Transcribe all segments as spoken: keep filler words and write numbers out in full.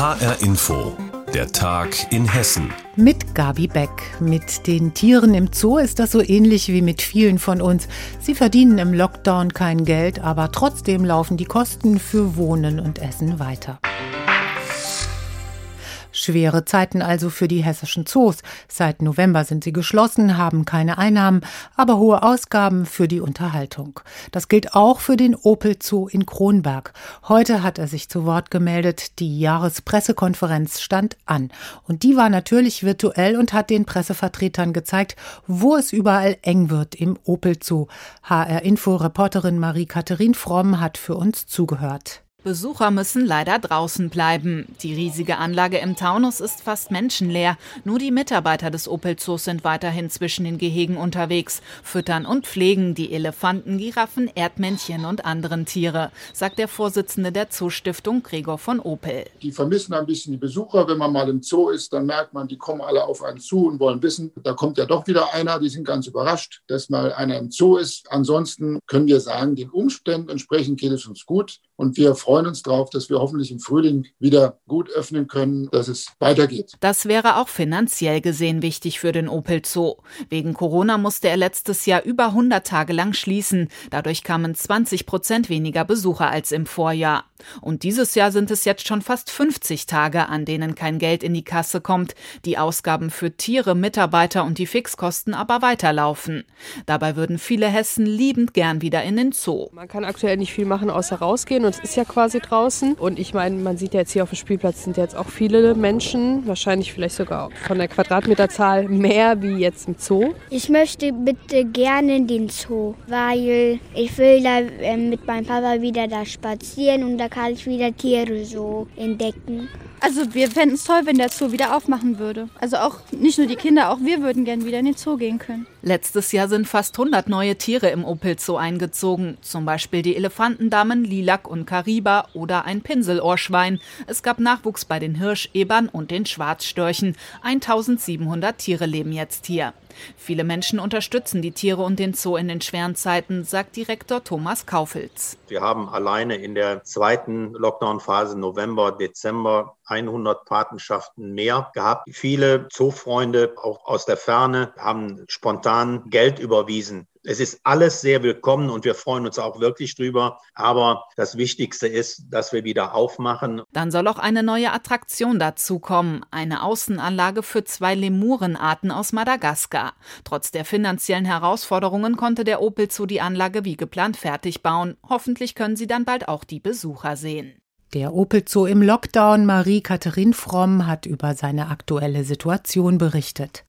H R Info, der Tag in Hessen. Mit Gabi Beck. Mit den Tieren im Zoo ist das so ähnlich wie mit vielen von uns. Sie verdienen im Lockdown kein Geld, aber trotzdem laufen die Kosten für Wohnen und Essen weiter. Schwere Zeiten also für die hessischen Zoos. Seit November sind sie geschlossen, haben keine Einnahmen, aber hohe Ausgaben für die Unterhaltung. Das gilt auch für den Opel Zoo in Kronberg. Heute hat er sich zu Wort gemeldet. Die Jahrespressekonferenz stand an. Und die war natürlich virtuell und hat den Pressevertretern gezeigt, wo es überall eng wird im Opel Zoo. H R-Info-Reporterin Marie-Katharin Fromm hat für uns zugehört. Besucher müssen leider draußen bleiben. Die riesige Anlage im Taunus ist fast menschenleer. Nur die Mitarbeiter des Opel Zoos sind weiterhin zwischen den Gehegen unterwegs, füttern und pflegen die Elefanten, Giraffen, Erdmännchen und anderen Tiere, sagt der Vorsitzende der Zoostiftung Gregor von Opel. Die vermissen ein bisschen die Besucher. Wenn man mal im Zoo ist, dann merkt man, die kommen alle auf einen zu und wollen wissen, da kommt ja doch wieder einer. Die sind ganz überrascht, dass mal einer im Zoo ist. Ansonsten können wir sagen, den Umständen entsprechend geht es uns gut und wir freuen Wir freuen uns darauf, dass wir hoffentlich im Frühling wieder gut öffnen können, dass es weitergeht. Das wäre auch finanziell gesehen wichtig für den Opel Zoo. Wegen Corona musste er letztes Jahr über hundert Tage lang schließen. Dadurch kamen zwanzig Prozent weniger Besucher als im Vorjahr. Und dieses Jahr sind es jetzt schon fast fünfzig Tage, an denen kein Geld in die Kasse kommt, die Ausgaben für Tiere, Mitarbeiter und die Fixkosten aber weiterlaufen. Dabei würden viele Hessen liebend gern wieder in den Zoo. Man kann aktuell nicht viel machen, außer rausgehen, und es ist ja quasi draußen. Und ich meine, man sieht ja jetzt hier auf dem Spielplatz sind jetzt auch viele Menschen, wahrscheinlich vielleicht sogar von der Quadratmeterzahl mehr wie jetzt im Zoo. Ich möchte bitte gerne in den Zoo, weil ich will da äh, mit meinem Papa wieder da spazieren und da kann ich wieder Tiere so entdecken. Also wir fänden es toll, wenn der Zoo wieder aufmachen würde. Also auch nicht nur die Kinder, auch wir würden gerne wieder in den Zoo gehen können. Letztes Jahr sind fast hundert neue Tiere im Opel Zoo eingezogen. Zum Beispiel die Elefantendamen Lilac und Kariba oder ein Pinselohrschwein. Es gab Nachwuchs bei den Hirschebern und den Schwarzstörchen. eintausendsiebenhundert Tiere leben jetzt hier. Viele Menschen unterstützen die Tiere und den Zoo in den schweren Zeiten, sagt Direktor Thomas Kaufels. Wir haben alleine in der zweiten Lockdown-Phase November, Dezember hundert Patenschaften mehr gehabt. Viele Zoofreunde, auch aus der Ferne, haben spontan Geld überwiesen. Es ist alles sehr willkommen und wir freuen uns auch wirklich drüber. Aber das Wichtigste ist, dass wir wieder aufmachen. Dann soll auch eine neue Attraktion dazukommen. Eine Außenanlage für zwei Lemurenarten aus Madagaskar. Trotz der finanziellen Herausforderungen konnte der Opel Zoo die Anlage wie geplant fertig bauen. Hoffentlich können sie dann bald auch die Besucher sehen. Der Opel Zoo im Lockdown. Marie-Katharin Fromm hat über seine aktuelle Situation berichtet.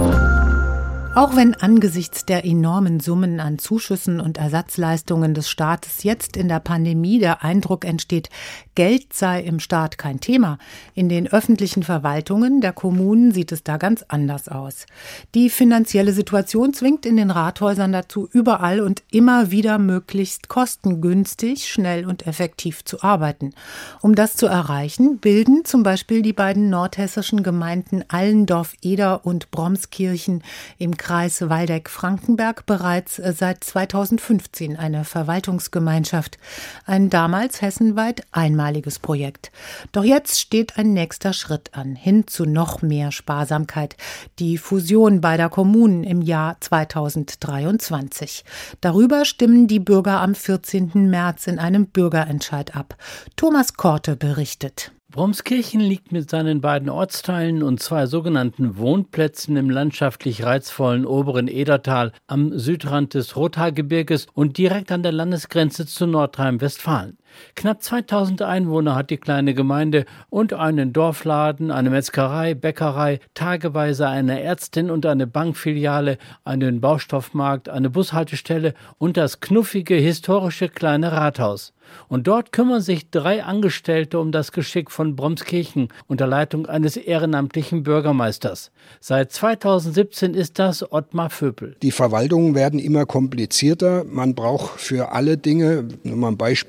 Auch wenn angesichts der enormen Summen an Zuschüssen und Ersatzleistungen des Staates jetzt in der Pandemie der Eindruck entsteht, Geld sei im Staat kein Thema. In den öffentlichen Verwaltungen der Kommunen sieht es da ganz anders aus. Die finanzielle Situation zwingt in den Rathäusern dazu, überall und immer wieder möglichst kostengünstig, schnell und effektiv zu arbeiten. Um das zu erreichen, bilden zum Beispiel die beiden nordhessischen Gemeinden Allendorf-Eder und Bromskirchen im Kreis Waldeck-Frankenberg bereits seit zweitausendfünfzehn eine Verwaltungsgemeinschaft. Ein damals hessenweit einmaliges Projekt. Doch jetzt steht ein nächster Schritt an, hin zu noch mehr Sparsamkeit. Die Fusion beider Kommunen im Jahr zweitausenddreiundzwanzig. Darüber stimmen die Bürger am vierzehnten März in einem Bürgerentscheid ab. Thomas Korte berichtet. Bromskirchen liegt mit seinen beiden Ortsteilen und zwei sogenannten Wohnplätzen im landschaftlich reizvollen oberen Edertal am Südrand des Rothaargebirges und direkt an der Landesgrenze zu Nordrhein-Westfalen. Knapp zweitausend Einwohner hat die kleine Gemeinde und einen Dorfladen, eine Metzgerei, Bäckerei, tageweise eine Ärztin und eine Bankfiliale, einen Baustoffmarkt, eine Bushaltestelle und das knuffige historische kleine Rathaus. Und dort kümmern sich drei Angestellte um das Geschick von Bromskirchen unter Leitung eines ehrenamtlichen Bürgermeisters. Seit zweitausendsiebzehn ist das Ottmar Vöpel. Die Verwaltungen werden immer komplizierter. Man braucht für alle Dinge, nur mal ein Beispiel, Ausschreibungen,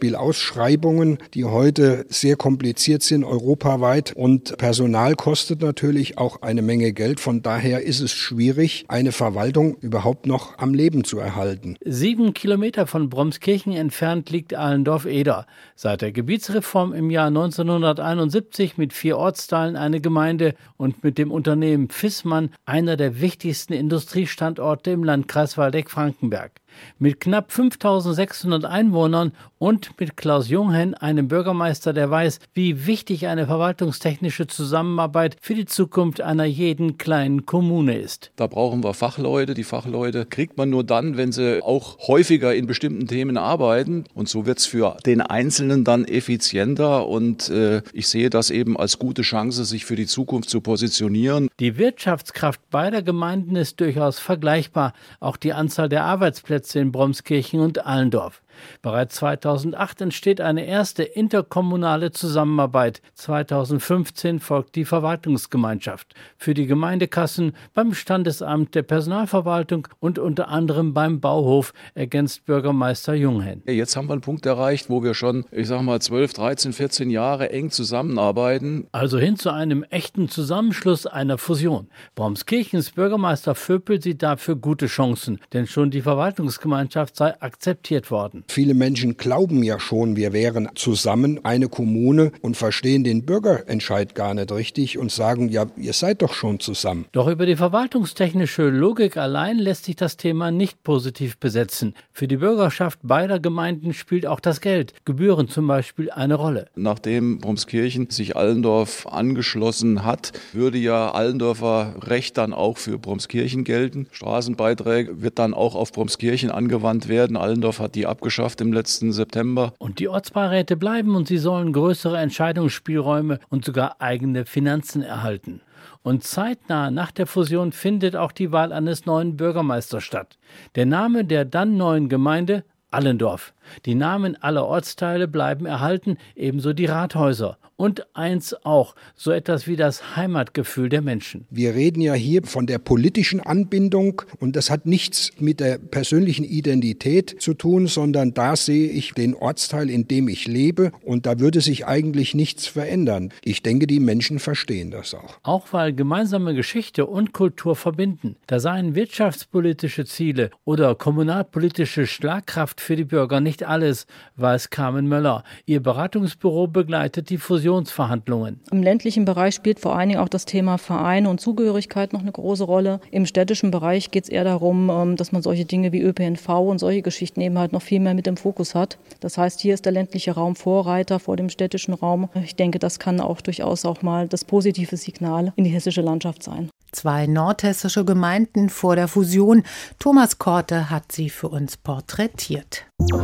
Ausschreibungen, die heute sehr kompliziert sind, europaweit. Und Personal kostet natürlich auch eine Menge Geld. Von daher ist es schwierig, eine Verwaltung überhaupt noch am Leben zu erhalten. Sieben Kilometer von Bromskirchen entfernt liegt Allendorf-Eder. Seit der Gebietsreform im Jahr neunzehnhunderteinundsiebzig mit vier Ortsteilen eine Gemeinde und mit dem Unternehmen Viessmann einer der wichtigsten Industriestandorte im Landkreis Waldeck-Frankenberg. Mit knapp fünftausendsechshundert Einwohnern und mit Klaus Junghen, einem Bürgermeister, der weiß, wie wichtig eine verwaltungstechnische Zusammenarbeit für die Zukunft einer jeden kleinen Kommune ist. Da brauchen wir Fachleute. Die Fachleute kriegt man nur dann, wenn sie auch häufiger in bestimmten Themen arbeiten. Und so wird es für den Einzelnen dann effizienter. Und äh, ich sehe das eben als gute Chance, sich für die Zukunft zu positionieren. Die Wirtschaftskraft beider Gemeinden ist durchaus vergleichbar. Auch die Anzahl der Arbeitsplätze in Bromskirchen und Allendorf. Bereits zweitausendacht entsteht eine erste interkommunale Zusammenarbeit. zweitausendfünfzehn folgt die Verwaltungsgemeinschaft. Für die Gemeindekassen, beim Standesamt der Personalverwaltung und unter anderem beim Bauhof, ergänzt Bürgermeister Junghen. Jetzt haben wir einen Punkt erreicht, wo wir schon, ich sag mal, zwölf, dreizehn, vierzehn Jahre eng zusammenarbeiten. Also hin zu einem echten Zusammenschluss, einer Fusion. Bromskirchens Bürgermeister Vöpel sieht dafür gute Chancen, denn schon die Verwaltungsgemeinschaft sei akzeptiert worden. Viele Menschen glauben ja schon, wir wären zusammen eine Kommune und verstehen den Bürgerentscheid gar nicht richtig und sagen, ja, ihr seid doch schon zusammen. Doch über die verwaltungstechnische Logik allein lässt sich das Thema nicht positiv besetzen. Für die Bürgerschaft beider Gemeinden spielt auch das Geld, Gebühren zum Beispiel, eine Rolle. Nachdem Bromskirchen sich Allendorf angeschlossen hat, würde ja Allendorfer Recht dann auch für Bromskirchen gelten. Straßenbeiträge wird dann auch auf Bromskirchen angewandt werden. Allendorf hat die abgeschafft im letzten September. Und die Ortsbeiräte bleiben und sie sollen größere Entscheidungsspielräume und sogar eigene Finanzen erhalten. Und zeitnah nach der Fusion findet auch die Wahl eines neuen Bürgermeisters statt. Der Name der dann neuen Gemeinde: Allendorf. Die Namen aller Ortsteile bleiben erhalten, ebenso die Rathäuser. Und eins auch, so etwas wie das Heimatgefühl der Menschen. Wir reden ja hier von der politischen Anbindung und das hat nichts mit der persönlichen Identität zu tun, sondern da sehe ich den Ortsteil, in dem ich lebe und da würde sich eigentlich nichts verändern. Ich denke, die Menschen verstehen das auch. Auch weil gemeinsame Geschichte und Kultur verbinden. Da seien wirtschaftspolitische Ziele oder kommunalpolitische Schlagkraft für die Bürger nicht alles, weiß Carmen Möller. Ihr Beratungsbüro begleitet die Fusionsverhandlungen. Im ländlichen Bereich spielt vor allen Dingen auch das Thema Vereine und Zugehörigkeit noch eine große Rolle. Im städtischen Bereich geht es eher darum, dass man solche Dinge wie Ö P N V und solche Geschichten eben halt noch viel mehr mit im Fokus hat. Das heißt, hier ist der ländliche Raum Vorreiter vor dem städtischen Raum. Ich denke, das kann auch durchaus auch mal das positive Signal in die hessische Landschaft sein. Zwei nordhessische Gemeinden vor der Fusion. Thomas Korte hat sie für uns porträtiert.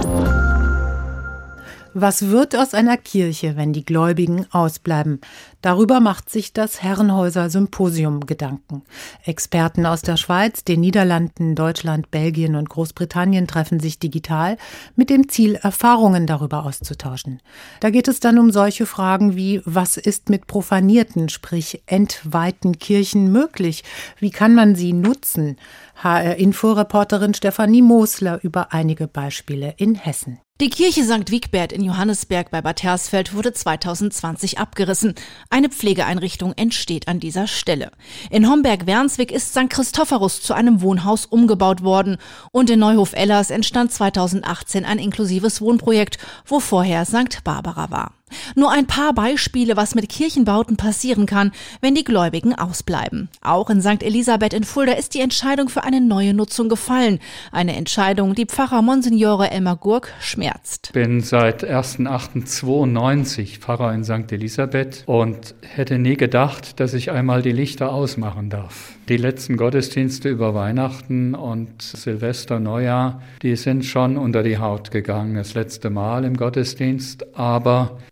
Was wird aus einer Kirche, wenn die Gläubigen ausbleiben? Darüber macht sich das Herrenhäuser Symposium Gedanken. Experten aus der Schweiz, den Niederlanden, Deutschland, Belgien und Großbritannien treffen sich digital mit dem Ziel, Erfahrungen darüber auszutauschen. Da geht es dann um solche Fragen wie: Was ist mit profanierten, sprich entweihten Kirchen möglich? Wie kann man sie nutzen? H R-Info-Reporterin Stefanie Mosler über einige Beispiele in Hessen. Die Kirche Sankt Wigbert in Johannisberg bei Bad Hersfeld wurde zweitausendzwanzig abgerissen. Eine Pflegeeinrichtung entsteht an dieser Stelle. In Homberg-Wernswijk ist Sankt Christophorus zu einem Wohnhaus umgebaut worden. Und in Neuhof-Ellers entstand zweitausendachtzehn ein inklusives Wohnprojekt, wo vorher Sankt Barbara war. Nur ein paar Beispiele, was mit Kirchenbauten passieren kann, wenn die Gläubigen ausbleiben. Auch in Sankt Elisabeth in Fulda ist die Entscheidung für eine neue Nutzung gefallen. Eine Entscheidung, die Pfarrer Monsignore Elmar Gurk schmerzt. Ich bin seit erster achter zweiundneunzig Pfarrer in Sankt Elisabeth und hätte nie gedacht, dass ich einmal die Lichter ausmachen darf. Die letzten Gottesdienste über Weihnachten und Silvester, Neujahr, die sind schon unter die Haut gegangen. Das letzte Mal im Gottesdienst, aber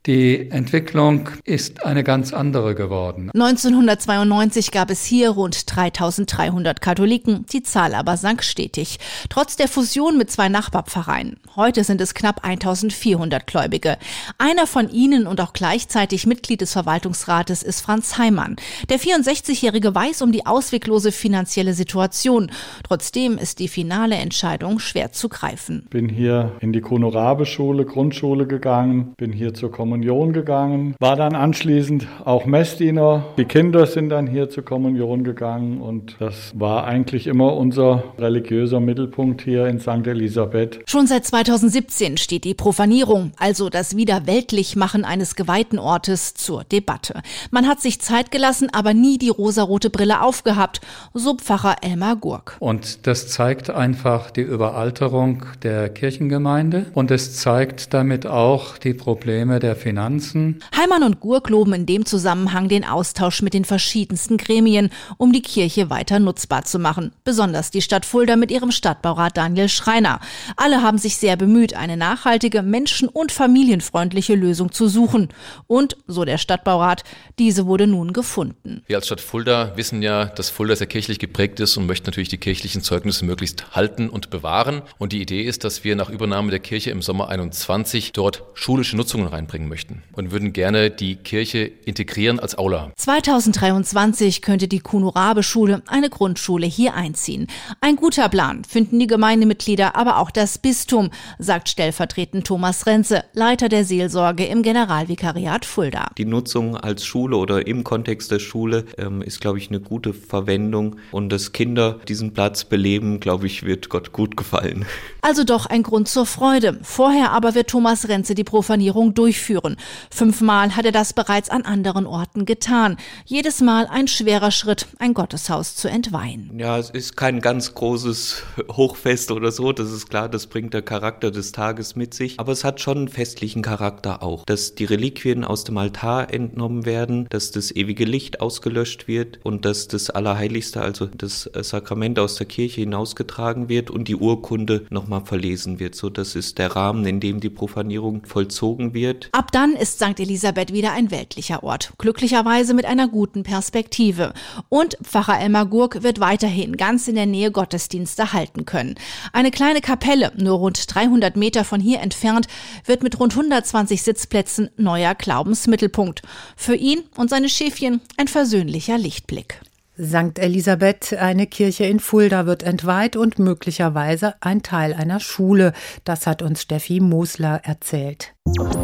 Die Entwicklung ist eine ganz andere geworden. neunzehnhundertzweiundneunzig gab es hier rund dreitausenddreihundert Katholiken, die Zahl aber sank stetig. Trotz der Fusion mit zwei Nachbarpfarreien. Heute sind es knapp eintausendvierhundert Gläubige. Einer von ihnen und auch gleichzeitig Mitglied des Verwaltungsrates ist Franz Heimann. Der vierundsechzigjährige weiß um die ausweglose finanzielle Situation. Trotzdem ist die finale Entscheidung schwer zu greifen. Bin hier in die Kuno-Rabe-Schule, Grundschule gegangen, bin hier zur Kommunion gegangen, war dann anschließend auch Messdiener. Die Kinder sind dann hier zur Kommunion gegangen und das war eigentlich immer unser religiöser Mittelpunkt hier in Sankt Elisabeth. Schon seit zweitausendsiebzehn steht die Profanierung, also das Wiederweltlichmachen eines geweihten Ortes, zur Debatte. Man hat sich Zeit gelassen, aber nie die rosarote Brille aufgehabt, so Pfarrer Elmar Gurk. Und das zeigt einfach die Überalterung der Kirchengemeinde und es zeigt damit auch die Probleme der Finanzen. Heimann und Gurk loben in dem Zusammenhang den Austausch mit den verschiedensten Gremien, um die Kirche weiter nutzbar zu machen. Besonders die Stadt Fulda mit ihrem Stadtbaurat Daniel Schreiner. Alle haben sich sehr bemüht, eine nachhaltige, menschen- und familienfreundliche Lösung zu suchen. Und, so der Stadtbaurat, diese wurde nun gefunden. Wir als Stadt Fulda wissen ja, dass Fulda sehr kirchlich geprägt ist und möchten natürlich die kirchlichen Zeugnisse möglichst halten und bewahren. Und die Idee ist, dass wir nach Übernahme der Kirche im Sommer einundzwanzig dort schulische Nutzungen reinbringen möchten und würden gerne die Kirche integrieren als Aula. zweitausenddreiundzwanzig könnte die Kuno-Rabe-Schule, eine Grundschule, hier einziehen. Ein guter Plan, finden die Gemeindemitglieder, aber auch das Bistum, sagt stellvertretend Thomas Renze, Leiter der Seelsorge im Generalvikariat Fulda. Die Nutzung als Schule oder im Kontext der Schule ähm, ist, glaube ich, eine gute Verwendung und dass Kinder diesen Platz beleben, glaube ich, wird Gott gut gefallen. Also doch ein Grund zur Freude. Vorher aber wird Thomas Renze die Profanierung durchführen. Fünfmal hat er das bereits an anderen Orten getan. Jedes Mal ein schwerer Schritt, ein Gotteshaus zu entweihen. Ja, es ist kein ganz großes Hochfest oder so, das ist klar, das bringt der Charakter des Tages mit sich. Aber es hat schon einen festlichen Charakter auch, dass die Reliquien aus dem Altar entnommen werden, dass das ewige Licht ausgelöscht wird und dass das Allerheiligste, also das Sakrament aus der Kirche hinausgetragen wird und die Urkunde nochmal verlesen wird. So, das ist der Rahmen, in dem die Profanierung vollzogen wird. Ab dann ist Sankt Elisabeth wieder ein weltlicher Ort, glücklicherweise mit einer guten Perspektive. Und Pfarrer Elmar Gurk wird weiterhin ganz in der Nähe Gottesdienste halten können. Eine kleine Kapelle, nur rund dreihundert Meter von hier entfernt, wird mit rund hundertzwanzig Sitzplätzen neuer Glaubensmittelpunkt. Für ihn und seine Schäfchen ein versöhnlicher Lichtblick. Sankt Elisabeth, eine Kirche in Fulda, wird entweiht und möglicherweise ein Teil einer Schule. Das hat uns Steffi Mosler erzählt.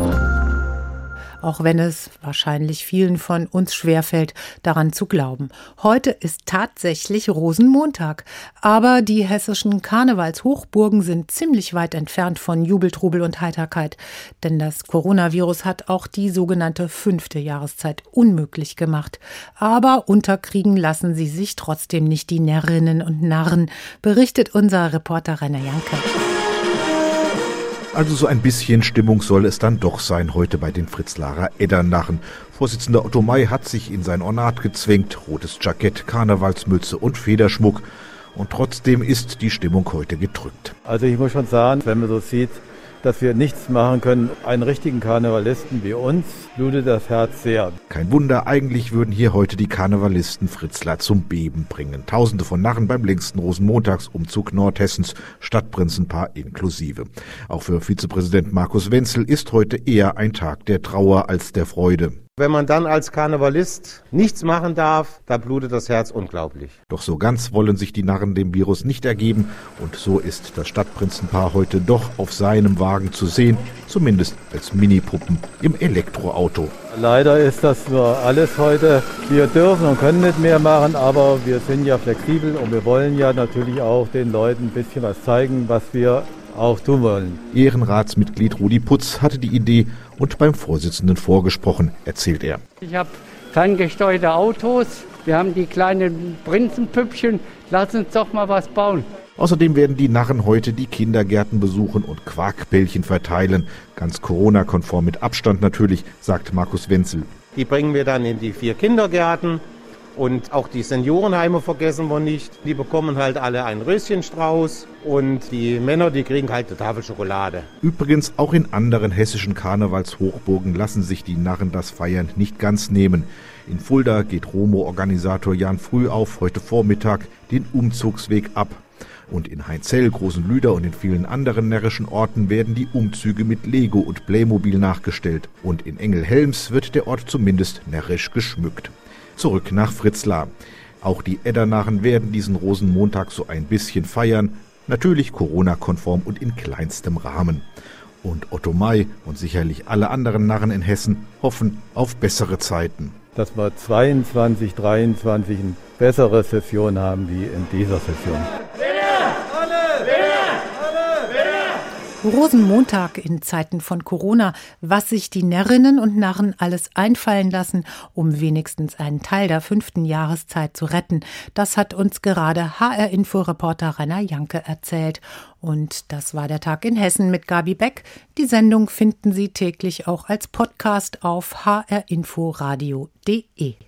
Auch wenn es wahrscheinlich vielen von uns schwerfällt, daran zu glauben. Heute ist tatsächlich Rosenmontag, aber die hessischen Karnevalshochburgen sind ziemlich weit entfernt von Jubel, Trubel und Heiterkeit, denn das Coronavirus hat auch die sogenannte fünfte Jahreszeit unmöglich gemacht. Aber unterkriegen lassen sie sich trotzdem nicht die Närrinnen und Narren, berichtet unser Reporter Rainer Janke. Also so ein bisschen Stimmung soll es dann doch sein heute bei den Fritz-Lahrer Eddernarren. Vorsitzender Otto May hat sich in sein Ornat gezwängt, rotes Jackett, Karnevalsmütze und Federschmuck. Und trotzdem ist die Stimmung heute gedrückt. Also ich muss schon sagen, wenn man so sieht, dass wir nichts machen können, einen richtigen Karnevalisten wie uns, blutet das Herz sehr. Kein Wunder, eigentlich würden hier heute die Karnevalisten Fritzlar zum Beben bringen. Tausende von Narren beim längsten Rosenmontagsumzug Nordhessens, Stadtprinzenpaar inklusive. Auch für Vizepräsident Markus Wenzel ist heute eher ein Tag der Trauer als der Freude. Wenn man dann als Karnevalist nichts machen darf, da blutet das Herz unglaublich. Doch so ganz wollen sich die Narren dem Virus nicht ergeben und so ist das Stadtprinzenpaar heute doch auf seinem Wagen zu sehen, zumindest als Minipuppen im Elektroauto. Leider ist das nur alles heute. Wir dürfen und können nicht mehr machen, aber wir sind ja flexibel und wir wollen ja natürlich auch den Leuten ein bisschen was zeigen, was wir auch tun wollen. Ehrenratsmitglied Rudi Putz hatte die Idee und beim Vorsitzenden vorgesprochen, erzählt er. Ich habe ferngesteuerte Autos, wir haben die kleinen Prinzenpüppchen, lass uns doch mal was bauen. Außerdem werden die Narren heute die Kindergärten besuchen und Quarkbällchen verteilen. Ganz Corona-konform mit Abstand natürlich, sagt Markus Wenzel. Die bringen wir dann in die vier Kindergärten Und auch die Seniorenheime vergessen wir nicht. Die bekommen halt alle einen Röschenstrauß. Und die Männer, die kriegen halt eine Tafel Schokolade. Übrigens, auch in anderen hessischen Karnevalshochburgen lassen sich die Narren das Feiern nicht ganz nehmen. In Fulda geht Romo-Organisator Jan Frühauf heute Vormittag den Umzugsweg ab. Und in Heinzell, Großenlüder und in vielen anderen närrischen Orten werden die Umzüge mit Lego und Playmobil nachgestellt. Und in Engelhelms wird der Ort zumindest närrisch geschmückt. Zurück nach Fritzlar. Auch die Eddernarren werden diesen Rosenmontag so ein bisschen feiern. Natürlich Corona-konform und in kleinstem Rahmen. Und Otto May und sicherlich alle anderen Narren in Hessen hoffen auf bessere Zeiten. Dass wir zweiundzwanzig, dreiundzwanzig eine bessere Session haben wie in dieser Session. Rosenmontag in Zeiten von Corona, was sich die Närrinnen und Narren alles einfallen lassen, um wenigstens einen Teil der fünften Jahreszeit zu retten. Das hat uns gerade H R-Info-Reporter Rainer Janke erzählt. Und das war der Tag in Hessen mit Gabi Beck. Die Sendung finden Sie täglich auch als Podcast auf h r info radio punkt d e.